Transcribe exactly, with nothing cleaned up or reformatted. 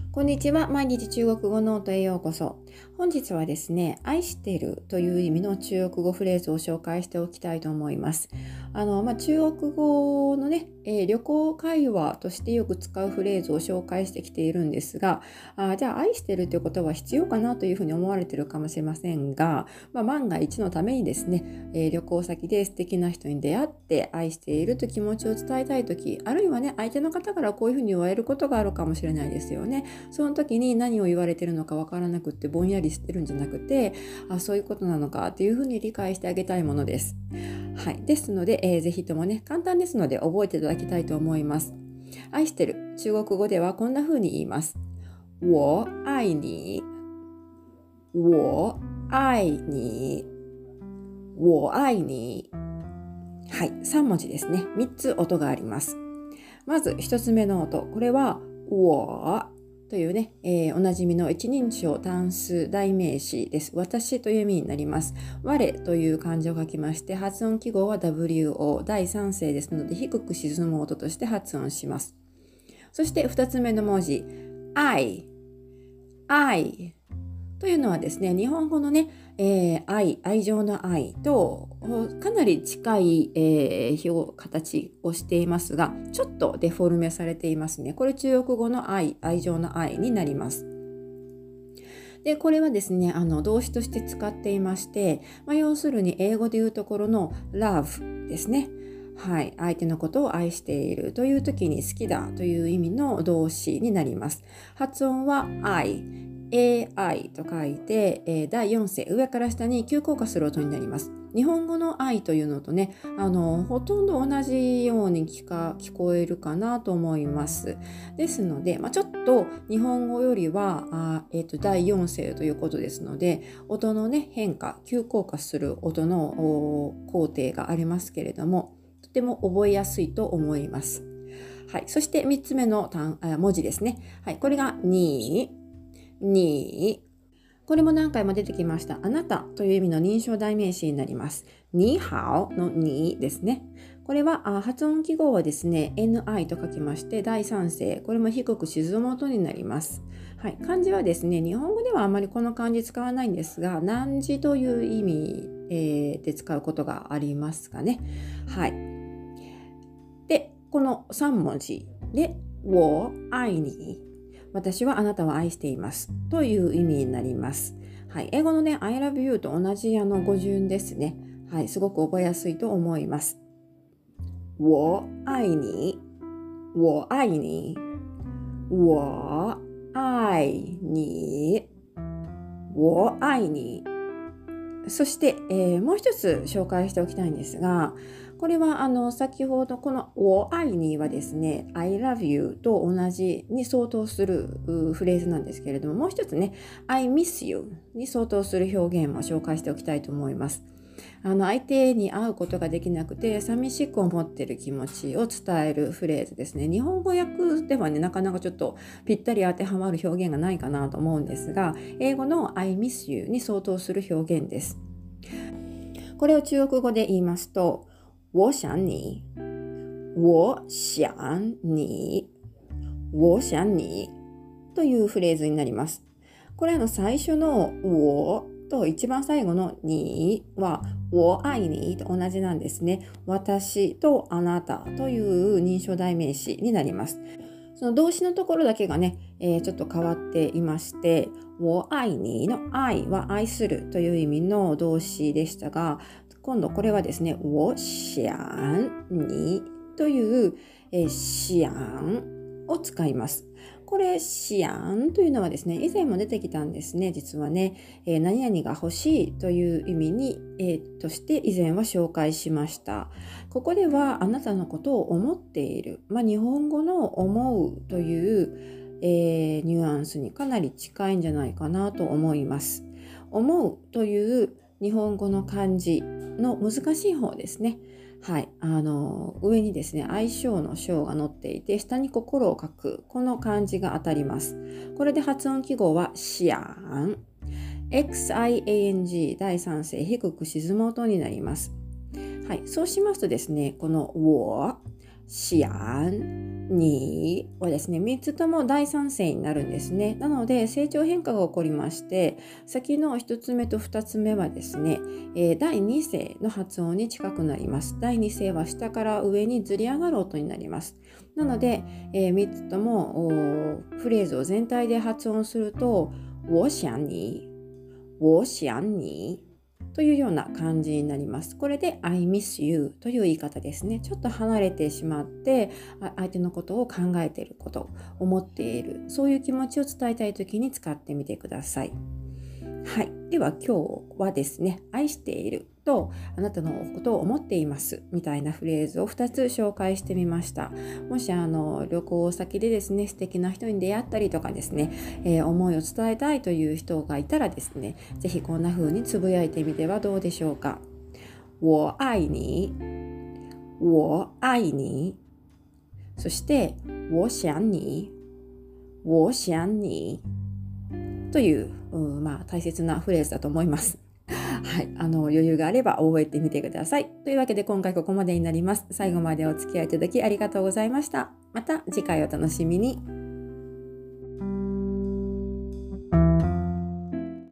こんにちは。毎日中国語ノートへようこそ。本日はですね、愛してるという意味の中国語フレーズを紹介しておきたいと思います。あの、まあ、中国語のね、えー、旅行会話としてよく使うフレーズを紹介してきているんですが、あじゃあ愛してるということは必要かなというふうに思われているかもしれませんが、まあ、万が一のためにですね、えー、旅行先で素敵な人に出会って愛していると気持ちを伝えたいとき、あるいはね、相手の方からこういうふうに言われることがあるかもしれないですよね。その時に何を言われてるのかわからなくってぼんやりしてるんじゃなくて、あ、そういうことなのかっていうふうに理解してあげたいものです。はい、ですので、えー、ぜひともね、簡単ですので覚えていただきたいと思います。愛してる、中国語ではこんなふうに言います。我愛你、我愛你、我愛你。はい、さん文字ですね。みっつ音があります。まずひとつめの音、これは我というね、えー、おなじみの一人称単数代名詞です。私という意味になります。我という漢字を書きまして、発音記号は ダブリューオー、第三声ですので低く沈む音として発音します。そしてふたつめの文字、愛、愛というのはですね、日本語のね、えー、愛、愛情の愛とかなり近い、えー、表形をしていますが、ちょっとデフォルメされていますね。これ中国語の愛、愛情の愛になります。で、これはですね、あの動詞として使っていまして、まあ、要するに英語でいうところの love ですね。はい、相手のことを愛しているという時に好きだという意味の動詞になります。発音は愛、エーアイ と書いて、えー、だいよん声上から下に急降下する音になります。日本語の愛というのとね、あのほとんど同じように聞か聞こえるかなと思います。ですので、まあ、ちょっと日本語よりはあ、えー、とだいよん声ということですので、音のね変化、急降下する音の工程がありますけれども、とても覚えやすいと思います。はい、そしてみっつめの単文字ですね。はい、これがにに、これも何回も出てきました。あなたという意味の認証代名詞になります。にハオのにですね。これは発音記号はですね、エヌアイ と書きまして、だいさん声。これも低く沈む音になります。はい、漢字はですね、日本語ではあまりこの漢字使わないんですが、難字という意味、えー、で使うことがありますかね。はい。で、このさん文字で、我愛你。私はあなたを愛していますという意味になります。はい、英語のね、I love you と同じあの語順ですね。はい、すごく覚えやすいと思います。我愛你、我愛你、我愛你、我愛你。そして、えー、もう一つ紹介しておきたいんですが、これはあの先ほどこの我愛你はですね I love you と同じに相当するフレーズなんですけれども、もう一つね I miss you に相当する表現も紹介しておきたいと思います。あの相手に会うことができなくて寂しく思っている気持ちを伝えるフレーズですね。日本語訳ではねなかなかちょっとぴったり当てはまる表現がないかなと思うんですが、英語の I miss you に相当する表現です。これを中国語で言いますと、我想你、我想你、我想你というフレーズになります。これの最初の我と一番最後の你は我愛你と同じなんですね。私とあなたという認証代名詞になります。その動詞のところだけがね、えー、ちょっと変わっていまして、我愛你の愛は愛するという意味の動詞でしたが、今度これはですね、我想你という、えー、想を使います。これ、想というのはですね、以前も出てきたんですね、実はね。えー、何々が欲しいという意味に、えー、として以前は紹介しました。ここではあなたのことを思っている。まあ、日本語の思うという、えー、ニュアンスにかなり近いんじゃないかなと思います。思うという日本語の漢字の難しい方ですね。はい、あの上にですね愛称の称が載っていて、下に心を書くこの漢字が当たります。これで発音記号はシアン、 エックスアイエーエヌジー だいさん声低く沈む音になります。はい、そうしますとですね、この我、シアン、 にはですね、みっつとも第三声になるんですね。なので、成長変化が起こりまして、先のひとつめとふたつめはですね、えー、だいに声の発音に近くなります。だいに声は下から上にずり上がる音になります。なので、えー、みっつともフレーズを全体で発音すると、我想你、我想你というような感じになります。これで I miss you という言い方ですね。ちょっと離れてしまって相手のことを考えていること、思っている、そういう気持ちを伝えたいときに使ってみてください。はい。では今日はですね、愛しているとあなたのことを思っていますみたいなフレーズをふたつ紹介してみました。もしあの旅行先でですね、素敵な人に出会ったりとかですね、えー、思いを伝えたいという人がいたらですね、ぜひこんな風につぶやいてみてはどうでしょうか。我愛你、我愛你、そして我想你、我想你という、うん、まあ大切なフレーズだと思います。はい、あの余裕があれば覚えてみてください。というわけで今回ここまでになります。最後までお付き合いいただきありがとうございました。また次回お楽しみに。